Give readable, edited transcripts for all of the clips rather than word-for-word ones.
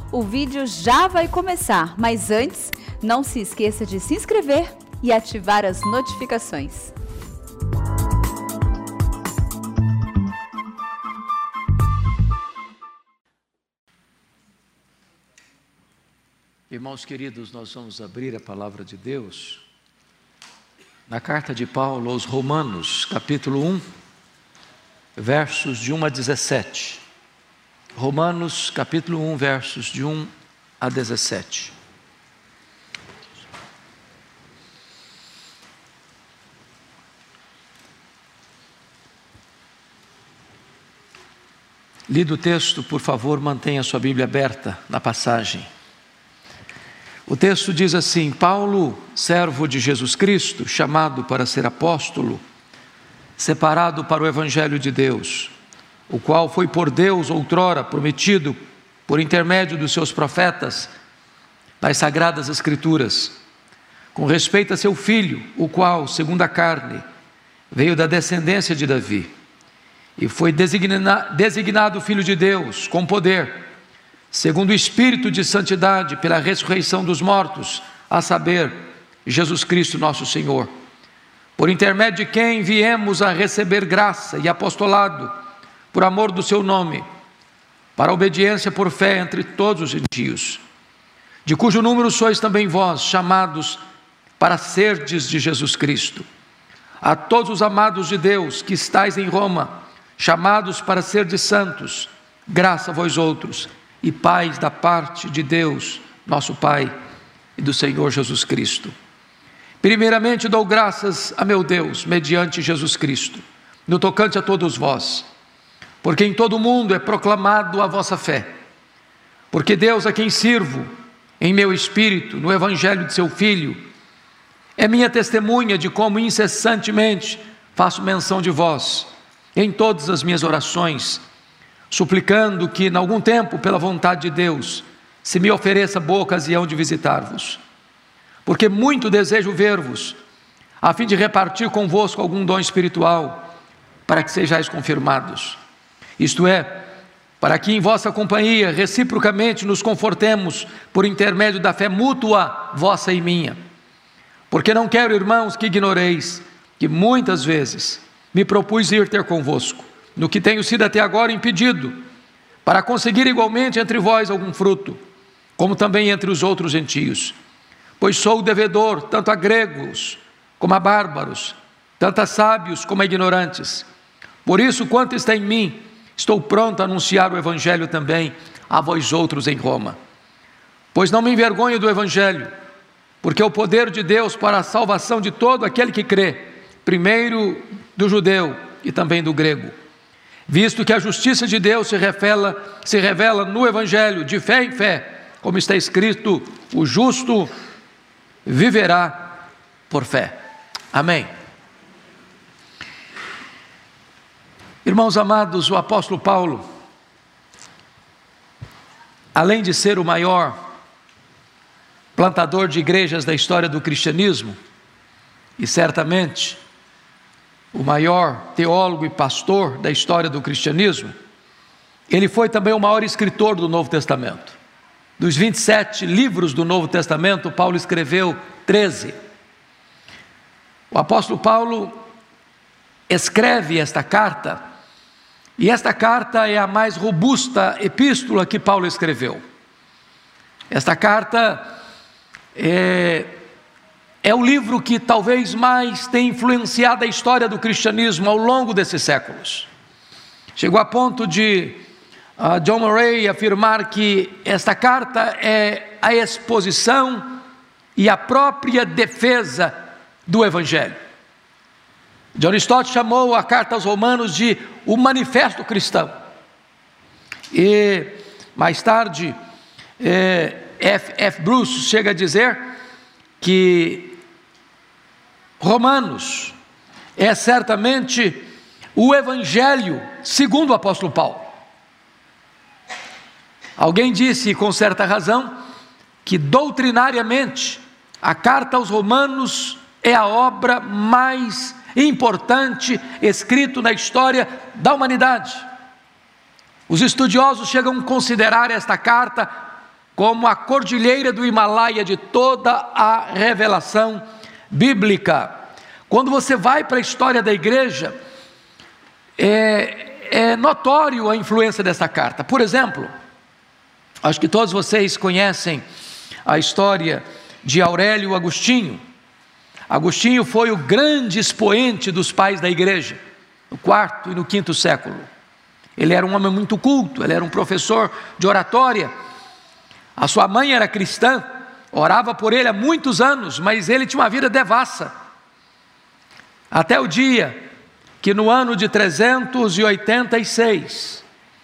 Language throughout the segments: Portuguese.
O vídeo já vai começar, mas antes, não se esqueça de se inscrever e ativar as notificações. Irmãos queridos, nós vamos abrir a palavra de Deus na carta de Paulo aos Romanos, capítulo 1, versos de 1 a 17. Romanos, capítulo 1, versos de 1 a 17. Lido o texto, por favor, mantenha sua Bíblia aberta na passagem. O texto diz assim: Paulo, servo de Jesus Cristo, chamado para ser apóstolo, separado para o Evangelho de Deus, o qual foi por Deus outrora prometido por intermédio dos seus profetas nas Sagradas Escrituras, com respeito a seu Filho, o qual, segundo a carne, veio da descendência de Davi, e foi designado Filho de Deus, com poder, segundo o Espírito de santidade, pela ressurreição dos mortos, a saber, Jesus Cristo nosso Senhor, por intermédio de quem viemos a receber graça e apostolado, por amor do seu nome, para a obediência por fé entre todos os gentios, de cujo número sois também vós, chamados para serdes de Jesus Cristo. A todos os amados de Deus que estáis em Roma, chamados para serdes santos, graça a vós outros, e paz da parte de Deus, nosso Pai, e do Senhor Jesus Cristo. Primeiramente dou graças a meu Deus, mediante Jesus Cristo, no tocante a todos vós, porque em todo o mundo é proclamado a vossa fé, porque Deus, a quem sirvo em meu espírito, no Evangelho de seu Filho, é minha testemunha de como incessantemente faço menção de vós, em todas as minhas orações, suplicando que, em algum tempo, pela vontade de Deus, se me ofereça boa ocasião de visitar-vos, porque muito desejo ver-vos, a fim de repartir convosco algum dom espiritual, para que sejais confirmados. Isto é, para que em vossa companhia reciprocamente nos confortemos por intermédio da fé mútua vossa e minha. Porque não quero, irmãos, que ignoreis que muitas vezes me propus ir ter convosco, no que tenho sido até agora impedido, para conseguir igualmente entre vós algum fruto, como também entre os outros gentios. Pois sou devedor tanto a gregos como a bárbaros, tanto a sábios como a ignorantes. Por isso, quanto está em mim, estou pronto a anunciar o Evangelho também a vós outros em Roma. Pois não me envergonho do Evangelho, porque é o poder de Deus para a salvação de todo aquele que crê, primeiro do judeu e também do grego. Visto que a justiça de Deus se revela no Evangelho, de fé em fé, como está escrito, o justo viverá por fé. Amém. Irmãos amados, o apóstolo Paulo, além de ser o maior plantador de igrejas da história do cristianismo, e certamente o maior teólogo e pastor da história do cristianismo, ele foi também o maior escritor do Novo Testamento. Dos 27 livros do Novo Testamento, Paulo escreveu 13. O apóstolo Paulo escreve esta carta, e esta carta é a mais robusta epístola que Paulo escreveu. Esta carta é o livro que talvez mais tenha influenciado a história do cristianismo ao longo desses séculos. Chegou a ponto de John Murray afirmar que esta carta é a exposição e a própria defesa do Evangelho. John Stott chamou a carta aos Romanos de o manifesto cristão. E mais tarde, F. Bruce chega a dizer que Romanos é certamente o Evangelho segundo o apóstolo Paulo. Alguém disse com certa razão que doutrinariamente a carta aos Romanos é a obra mais importante escrito na história da humanidade. Os estudiosos chegam a considerar esta carta como a cordilheira do Himalaia de toda a revelação bíblica. Quando você vai para a história da igreja, é notório a influência dessa carta. Por exemplo, acho que todos vocês conhecem a história de Aurélio Agostinho. Agostinho foi o grande expoente dos pais da igreja, no quarto e no quinto século. Ele era um homem muito culto, ele era um professor de oratória. A sua mãe era cristã, orava por ele há muitos anos, mas ele tinha uma vida devassa. Até o dia que no ano de 386,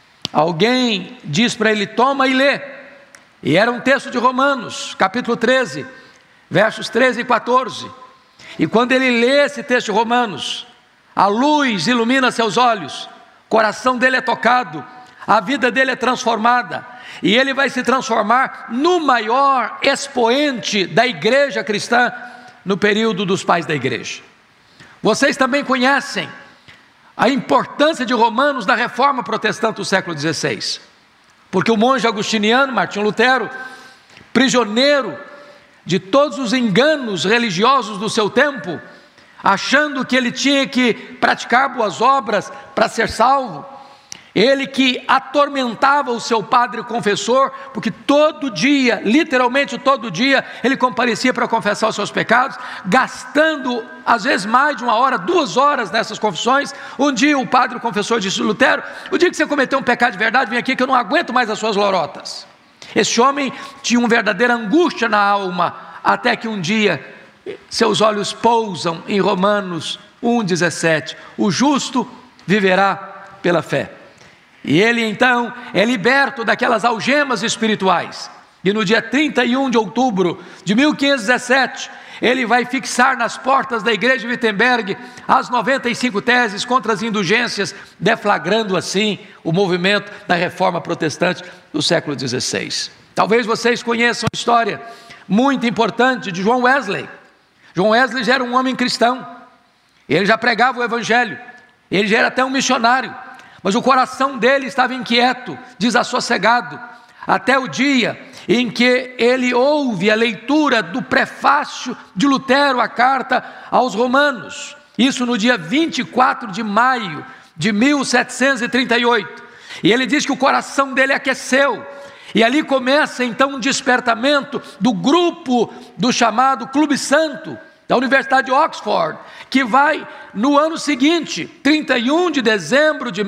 alguém diz para ele: toma e lê. E era um texto de Romanos, capítulo 13, versos 13 e 14. E quando ele lê esse texto de Romanos, a luz ilumina seus olhos, o coração dele é tocado, a vida dele é transformada, e ele vai se transformar no maior expoente da igreja cristã no período dos pais da igreja. Vocês também conhecem a importância de Romanos na reforma protestante do século XVI, porque o monge agostiniano, Martinho Lutero, prisioneiro de todos os enganos religiosos do seu tempo, achando que ele tinha que praticar boas obras para ser salvo, ele que atormentava o seu padre confessor, porque todo dia, literalmente todo dia, ele comparecia para confessar os seus pecados, gastando às vezes mais de 1 hora, 2 horas nessas confissões. Um dia o padre confessor disse: Lutero, o dia que você cometeu um pecado de verdade, vem aqui que eu não aguento mais as suas lorotas. Esse homem tinha uma verdadeira angústia na alma, até que um dia seus olhos pousam em Romanos 1,17, o justo viverá pela fé. E ele então é liberto daquelas algemas espirituais, e no dia 31 de outubro de 1517, ele vai fixar nas portas da igreja de Wittenberg as 95 teses contra as indulgências, deflagrando assim o movimento da reforma protestante do século XVI. Talvez vocês conheçam a história muito importante de John Wesley. John Wesley já era um homem cristão, ele já pregava o evangelho, ele já era até um missionário, mas o coração dele estava inquieto, desassossegado, até o dia em que ele ouve a leitura do prefácio de Lutero à carta aos Romanos, isso no dia 24 de maio de 1738, e ele diz que o coração dele aqueceu, e ali começa então um despertamento do grupo do chamado Clube Santo, da Universidade de Oxford, que vai no ano seguinte, 31 de dezembro de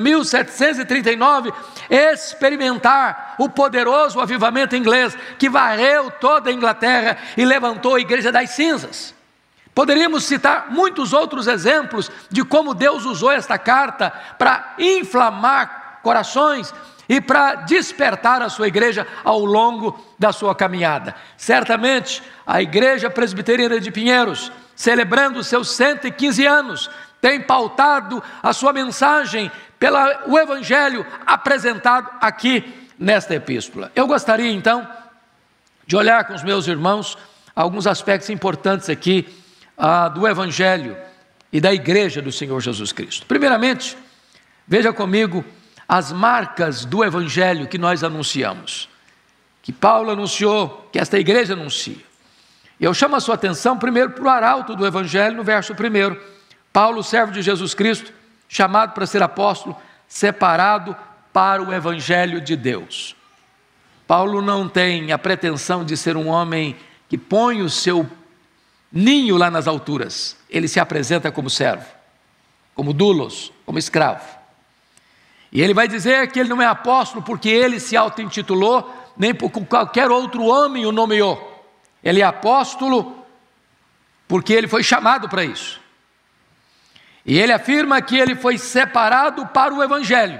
1739, experimentar o poderoso avivamento inglês, que varreu toda a Inglaterra e levantou a igreja das cinzas. Poderíamos citar muitos outros exemplos de como Deus usou esta carta para inflamar corações e para despertar a sua igreja ao longo da sua caminhada. Certamente, a Igreja Presbiteriana de Pinheiros, celebrando seus 115 anos, tem pautado a sua mensagem pelo Evangelho apresentado aqui nesta epístola. Eu gostaria então de olhar com os meus irmãos alguns aspectos importantes aqui do Evangelho e da Igreja do Senhor Jesus Cristo. Primeiramente, veja comigo as marcas do Evangelho que nós anunciamos, que Paulo anunciou, que esta igreja anuncia. Eu chamo a sua atenção primeiro para o arauto do Evangelho, no verso 1. Paulo, servo de Jesus Cristo, chamado para ser apóstolo, separado para o Evangelho de Deus. Paulo não tem a pretensão de ser um homem que põe o seu ninho lá nas alturas. Ele se apresenta como servo, como doulos, como escravo. E ele vai dizer que ele não é apóstolo porque ele se auto-intitulou, nem porque qualquer outro homem o nomeou. Ele é apóstolo porque ele foi chamado para isso. E ele afirma que ele foi separado para o Evangelho.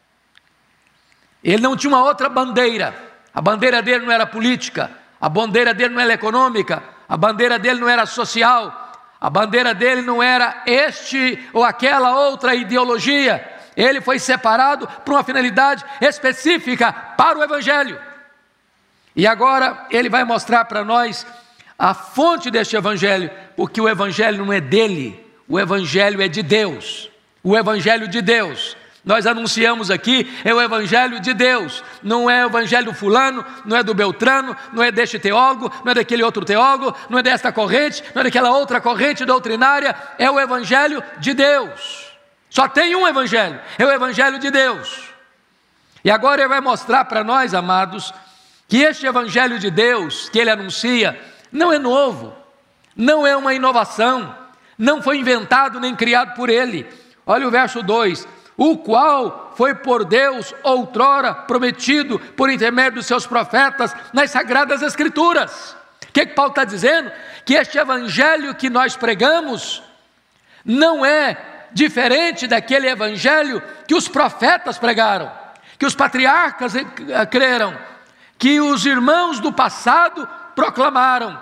Ele não tinha uma outra bandeira. A bandeira dele não era política, a bandeira dele não era econômica, a bandeira dele não era social, a bandeira dele não era este ou aquela outra ideologia. Ele foi separado para uma finalidade específica, para o Evangelho. E agora ele vai mostrar para nós a fonte deste Evangelho, porque o Evangelho não é dele, o Evangelho é de Deus. O Evangelho de Deus nós anunciamos aqui é o Evangelho de Deus. Não é o Evangelho do fulano, não é do Beltrano, não é deste teólogo, não é daquele outro teólogo, não é desta corrente, não é daquela outra corrente doutrinária. É o Evangelho de Deus. Só tem um Evangelho, é o Evangelho de Deus. E agora ele vai mostrar para nós, amados, que este Evangelho de Deus que ele anuncia não é novo, não é uma inovação, não foi inventado nem criado por ele. Olha o verso 2: o qual foi por Deus outrora prometido por intermédio dos seus profetas nas Sagradas Escrituras. O que Paulo está dizendo? Que este Evangelho que nós pregamos não é diferente daquele Evangelho que os profetas pregaram, que os patriarcas creram, que os irmãos do passado proclamaram.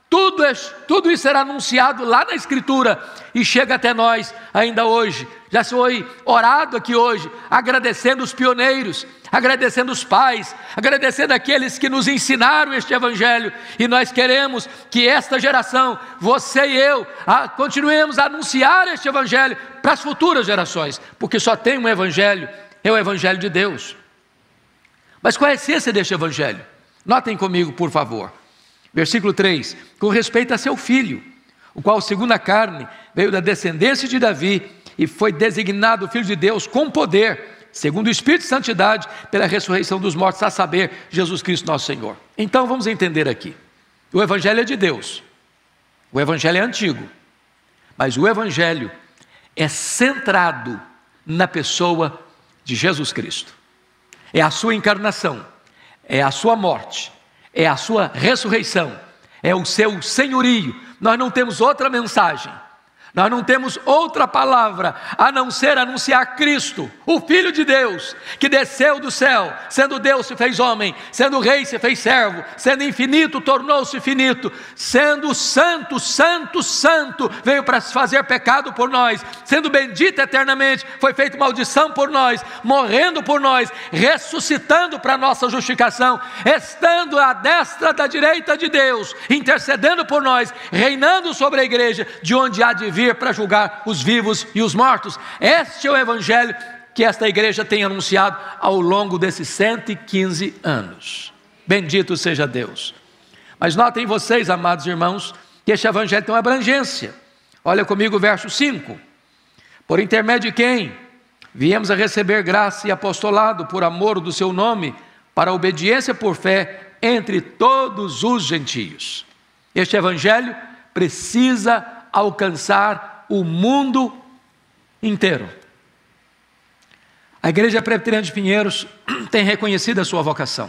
Tudo isso era anunciado lá na Escritura e chega até nós ainda hoje. Já foi orado aqui hoje, agradecendo os pioneiros, agradecendo os pais, agradecendo aqueles que nos ensinaram este Evangelho. E nós queremos que esta geração, você e eu, continuemos a anunciar este Evangelho para as futuras gerações, porque só tem um Evangelho, é o Evangelho de Deus. Mas qual é a essência deste Evangelho? Notem comigo, por favor. Versículo 3: com respeito a seu filho, o qual segundo a carne veio da descendência de Davi e foi designado Filho de Deus com poder, segundo o Espírito de Santidade, pela ressurreição dos mortos, a saber, Jesus Cristo nosso Senhor. Então vamos entender aqui, o Evangelho é de Deus, o Evangelho é antigo, mas o Evangelho é centrado na pessoa de Jesus Cristo. É a sua encarnação, é a sua morte, é a sua ressurreição, é o seu senhorio. Nós não temos outra mensagem, nós não temos outra palavra a não ser anunciar Cristo, o Filho de Deus, que desceu do céu, sendo Deus se fez homem, sendo rei se fez servo, sendo infinito tornou-se finito, sendo santo, santo, santo, veio para se fazer pecado por nós, sendo bendito eternamente, foi feito maldição por nós, morrendo por nós, ressuscitando para nossa justificação, estando à destra da direita de Deus, intercedendo por nós, reinando sobre a igreja, de onde há de vir para julgar os vivos e os mortos. Este é o Evangelho que esta igreja tem anunciado ao longo desses 115 anos. Bendito seja Deus. Mas notem vocês, amados irmãos, que este Evangelho tem uma abrangência. Olha comigo o verso 5: por intermédio de quem viemos a receber graça e apostolado por amor do seu nome, para a obediência por fé entre todos os gentios. Este Evangelho precisa alcançar o mundo inteiro. A Igreja Presbiteriana de Pinheiros tem reconhecido a sua vocação.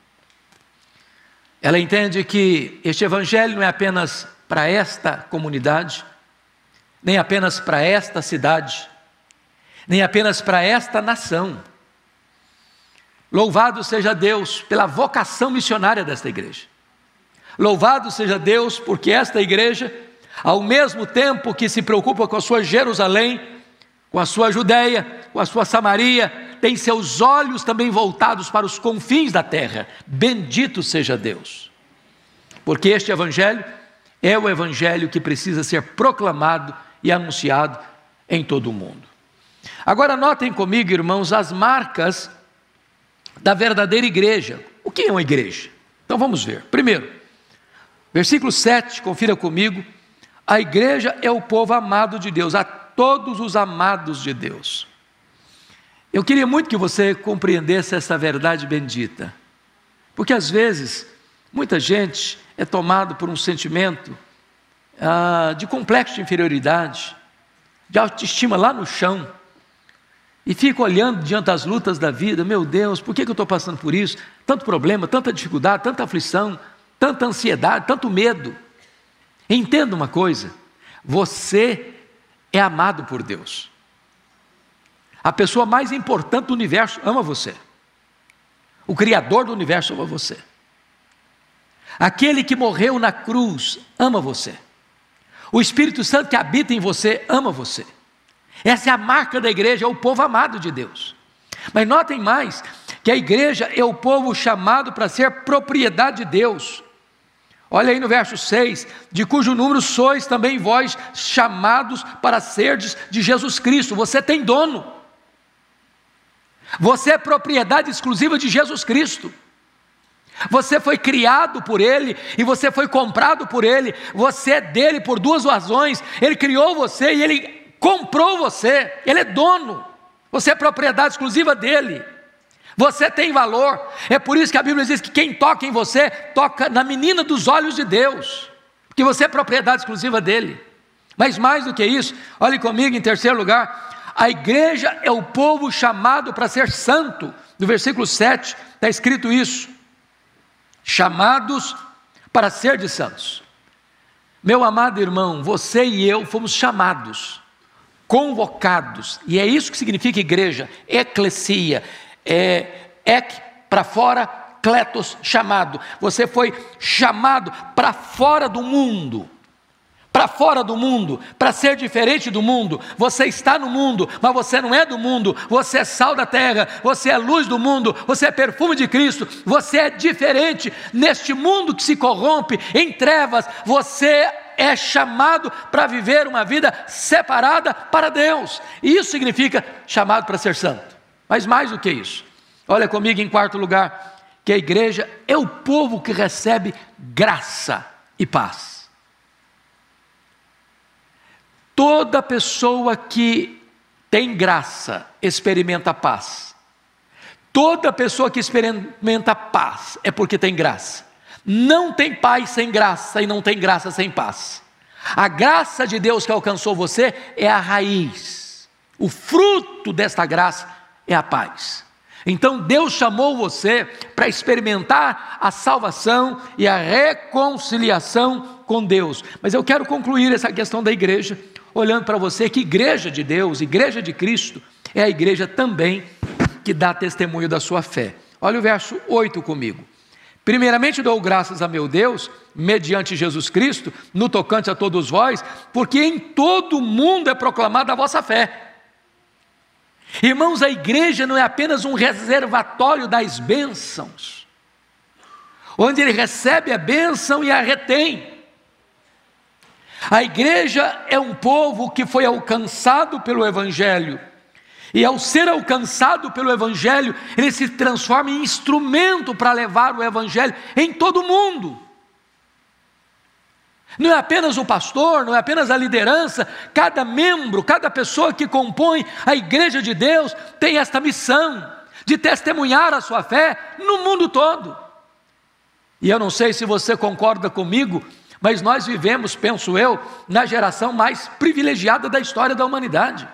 Ela entende que este Evangelho não é apenas para esta comunidade, nem apenas para esta cidade, nem apenas para esta nação. Louvado seja Deus pela vocação missionária desta igreja. Louvado seja Deus porque esta igreja, ao mesmo tempo que se preocupa com a sua Jerusalém, com a sua Judeia, com a sua Samaria, tem seus olhos também voltados para os confins da terra. Bendito seja Deus, porque este Evangelho é o Evangelho que precisa ser proclamado e anunciado em todo o mundo. Agora notem comigo, irmãos, as marcas da verdadeira igreja. O que é uma igreja? Então vamos ver. Primeiro, versículo 7, confira comigo. A igreja é o povo amado de Deus, a todos os amados de Deus. Eu queria muito que você compreendesse essa verdade bendita, porque às vezes, muita gente é tomado por um sentimento de complexo de inferioridade, de autoestima lá no chão, e fica olhando diante das lutas da vida. Meu Deus, por que eu estou passando por isso? Tanto problema, tanta dificuldade, tanta aflição, tanta ansiedade, tanto medo. Entenda uma coisa, você é amado por Deus. A pessoa mais importante do universo ama você. O Criador do universo ama você. Aquele que morreu na cruz ama você. O Espírito Santo que habita em você ama você. Essa é a marca da igreja, é o povo amado de Deus. Mas notem mais, que a igreja é o povo chamado para ser propriedade de Deus. Olha aí no verso 6, de cujo número sois também vós chamados para serdes de Jesus Cristo. Você tem dono. Você é propriedade exclusiva de Jesus Cristo. Você foi criado por Ele e você foi comprado por Ele. Você é dele por duas razões. Ele criou você e Ele comprou você. Ele é dono. Você é propriedade exclusiva dEle. Você tem valor. É por isso que a Bíblia diz que quem toca em você, toca na menina dos olhos de Deus, porque você é propriedade exclusiva dEle. Mas mais do que isso, olhe comigo em terceiro lugar, a igreja é o povo chamado para ser santo. No versículo 7 está escrito isso: chamados para ser de santos. Meu amado irmão, você e eu fomos chamados, convocados, e é isso que significa igreja, eclesia, ek para fora, kletos, chamado. Você foi chamado para fora do mundo, para ser diferente do mundo. Você está no mundo, mas você não é do mundo. Você é sal da terra, você é luz do mundo, você é perfume de Cristo. Você é diferente neste mundo que se corrompe em trevas. Você é chamado para viver uma vida separada para Deus. Isso significa chamado para ser santo. Mas mais do que isso, olha comigo em quarto lugar, que a igreja é o povo que recebe graça e paz. Toda pessoa que tem graça experimenta paz. Toda pessoa que experimenta paz é porque tem graça. Não tem paz sem graça e não tem graça sem paz. A graça de Deus que alcançou você é a raiz. O fruto desta graça é a paz. Então Deus chamou você para experimentar a salvação e a reconciliação com Deus. Mas eu quero concluir essa questão da igreja, olhando para você que igreja de Deus, igreja de Cristo, é a igreja também que dá testemunho da sua fé. Olha o verso 8 comigo. Primeiramente dou graças a meu Deus, mediante Jesus Cristo, no tocante a todos vós, porque em todo o mundo é proclamada a vossa fé. Irmãos, a igreja não é apenas um reservatório das bênçãos, onde ele recebe a bênção e a retém. A igreja é um povo que foi alcançado pelo Evangelho, e ao ser alcançado pelo Evangelho, ele se transforma em instrumento para levar o Evangelho em todo o mundo. Não é apenas o pastor, não é apenas a liderança, cada membro, cada pessoa que compõe a igreja de Deus tem esta missão de testemunhar a sua fé no mundo todo. E eu não sei se você concorda comigo, mas nós vivemos, penso eu, na geração mais privilegiada da história da humanidade.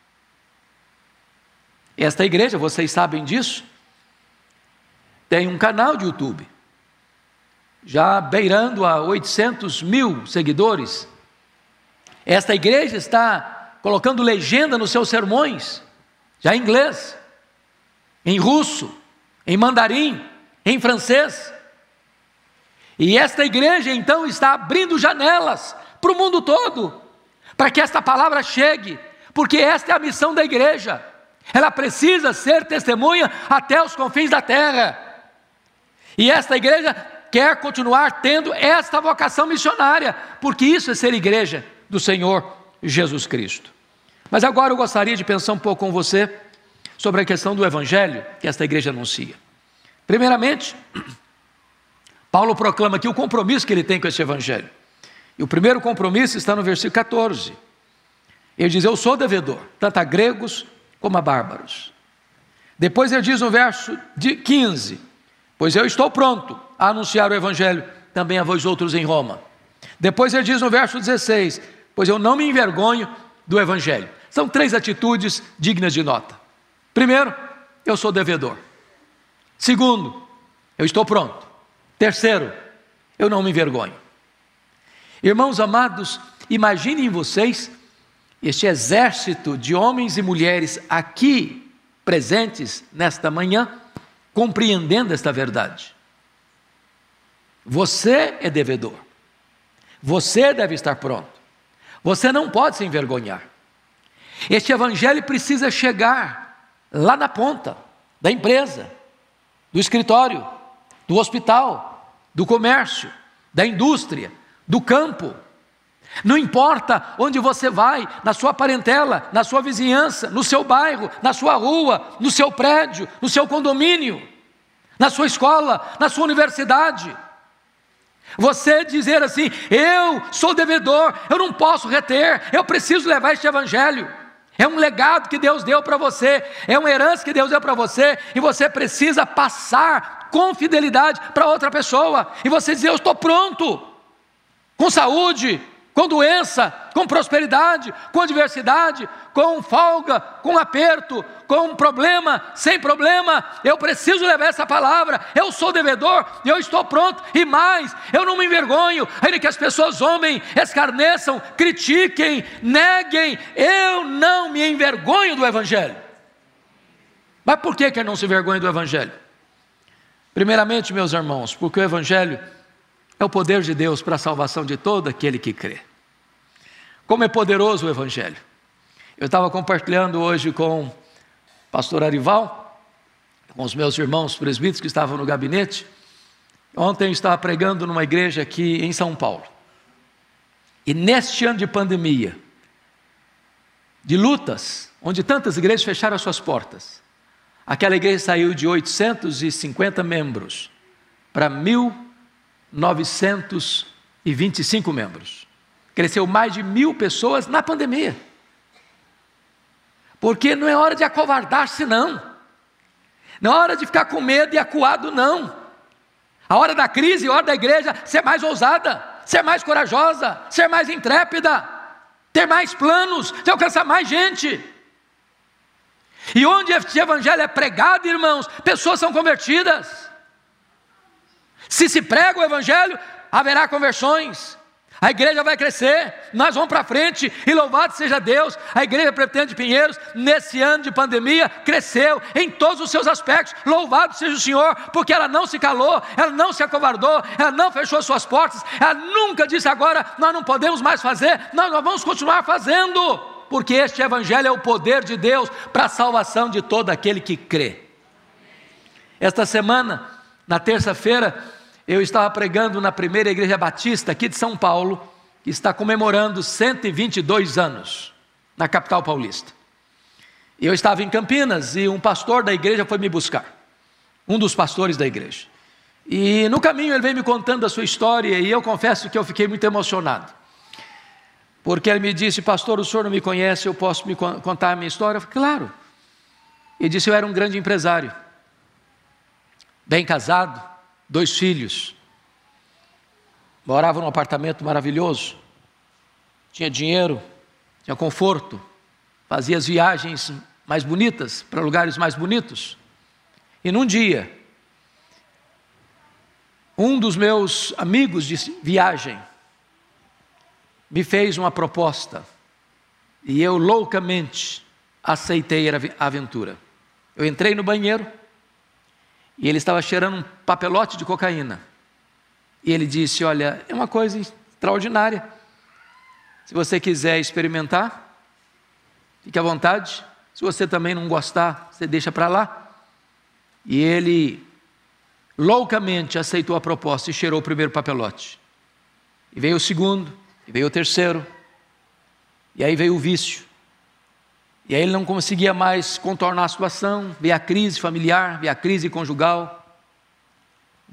Esta igreja, vocês sabem disso, tem um canal de YouTube, já beirando a 800 mil seguidores. Esta igreja está colocando legenda nos seus sermões, já em inglês, em russo, em mandarim, em francês. E esta igreja então está abrindo janelas para o mundo todo, para que esta palavra chegue, porque esta é a missão da igreja. Ela precisa ser testemunha até os confins da terra. E esta igreja quer continuar tendo esta vocação missionária, porque isso é ser igreja do Senhor Jesus Cristo. Mas agora eu gostaria de pensar um pouco com você sobre a questão do Evangelho que esta igreja anuncia. Primeiramente, Paulo proclama aqui o compromisso que ele tem com esse Evangelho. E o primeiro compromisso está no versículo 14. Ele diz: eu sou devedor, tanto a gregos como a bárbaros. Depois ele diz no verso 15: pois eu estou pronto a anunciar o Evangelho também a vós outros em Roma. Depois ele diz no verso 16: pois eu não me envergonho do Evangelho. São três atitudes dignas de nota. Primeiro, eu sou devedor. Segundo, eu estou pronto. Terceiro, eu não me envergonho. Irmãos amados, imaginem vocês este exército de homens e mulheres aqui presentes nesta manhã, compreendendo esta verdade. Você é devedor. Você deve estar pronto. Você não pode se envergonhar. Este Evangelho precisa chegar lá na ponta da empresa, do escritório, do hospital, do comércio, da indústria, do campo. Não importa onde você vai, na sua parentela, na sua vizinhança, no seu bairro, na sua rua, no seu prédio, no seu condomínio, na sua escola, na sua universidade. Você dizer assim: eu sou devedor, eu não posso reter, eu preciso levar este evangelho. É um legado que Deus deu para você, é uma herança que Deus deu para você, e você precisa passar com fidelidade para outra pessoa. E você dizer: eu estou pronto, com saúde, com doença, com prosperidade, com adversidade, com folga, com aperto, com problema, sem problema, eu preciso levar essa palavra. Eu sou devedor, eu estou pronto, e mais, eu não me envergonho, ainda que as pessoas zombem, escarneçam, critiquem, neguem, eu não me envergonho do evangelho. Mas por que ele não se envergonha do evangelho? Primeiramente, meus irmãos, porque o evangelho é o poder de Deus para a salvação de todo aquele que crê. Como é poderoso o evangelho. Eu estava compartilhando hoje com o pastor Arival, com os meus irmãos presbíteros que estavam no gabinete. Ontem eu estava pregando numa igreja aqui em São Paulo. E neste ano de pandemia, de lutas, onde tantas igrejas fecharam as suas portas, aquela igreja saiu de 850 membros para 1.925 membros. Cresceu mais de 1.000 pessoas na pandemia. Porque não é hora de acovardar-se, não. Não é hora de ficar com medo e acuado, não. A hora da crise, a hora da igreja ser mais ousada, ser mais corajosa, ser mais intrépida, ter mais planos, de alcançar mais gente. E onde este evangelho é pregado, irmãos, pessoas são convertidas. Se prega o evangelho, haverá conversões. A igreja vai crescer, nós vamos para frente, e louvado seja Deus. A igreja Pretende de Pinheiros, nesse ano de pandemia, cresceu em todos os seus aspectos. Louvado seja o Senhor, porque ela não se calou, ela não se acovardou, ela não fechou suas portas, ela nunca disse: agora nós não podemos mais fazer, nós vamos continuar fazendo, porque este evangelho é o poder de Deus para a salvação de todo aquele que crê. Esta semana, na terça-feira, eu estava pregando na primeira igreja batista aqui de São Paulo, que está comemorando 122 anos, na capital paulista. Eu estava em Campinas e um pastor da igreja foi me buscar, um dos pastores da igreja. E no caminho ele veio me contando a sua história, e eu confesso que eu fiquei muito emocionado. Porque ele me disse: pastor, o senhor não me conhece, eu posso me contar a minha história? Eu falei: claro. Ele disse: eu era um grande empresário, bem casado, 2 filhos, morava num apartamento maravilhoso, tinha dinheiro, tinha conforto, fazia as viagens mais bonitas, para lugares mais bonitos. E num dia, um dos meus amigos de viagem me fez uma proposta, e eu loucamente aceitei a aventura. Eu entrei no banheiro, e ele estava cheirando um papelote de cocaína. E ele disse: olha, é uma coisa extraordinária. Se você quiser experimentar, fique à vontade. Se você também não gostar, você deixa para lá. E ele loucamente aceitou a proposta e cheirou o primeiro papelote. E veio o segundo, e veio o terceiro. E aí veio o vício. E aí ele não conseguia mais contornar a situação, veio a crise familiar, veio a crise conjugal.